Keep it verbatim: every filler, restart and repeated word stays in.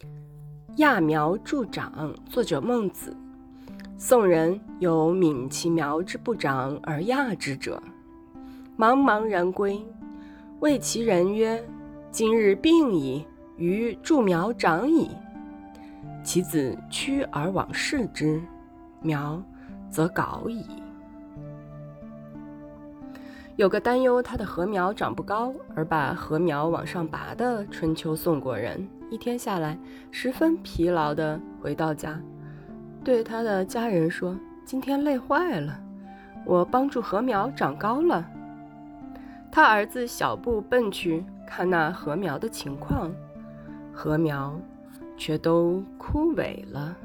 揠苗助长，作者孟子。宋人有悯其苗之不长而揠之者，茫茫然归，谓其人曰：今日病矣，余助苗长矣。其子趋而往视之，苗则槁矣。有个担忧他的禾苗长不高，而把禾苗往上拔的春秋宋国人，一天下来十分疲劳地回到家，对他的家人说：今天累坏了，我帮助禾苗长高了。他儿子小步奔去看那禾苗的情况，禾苗却都枯萎了。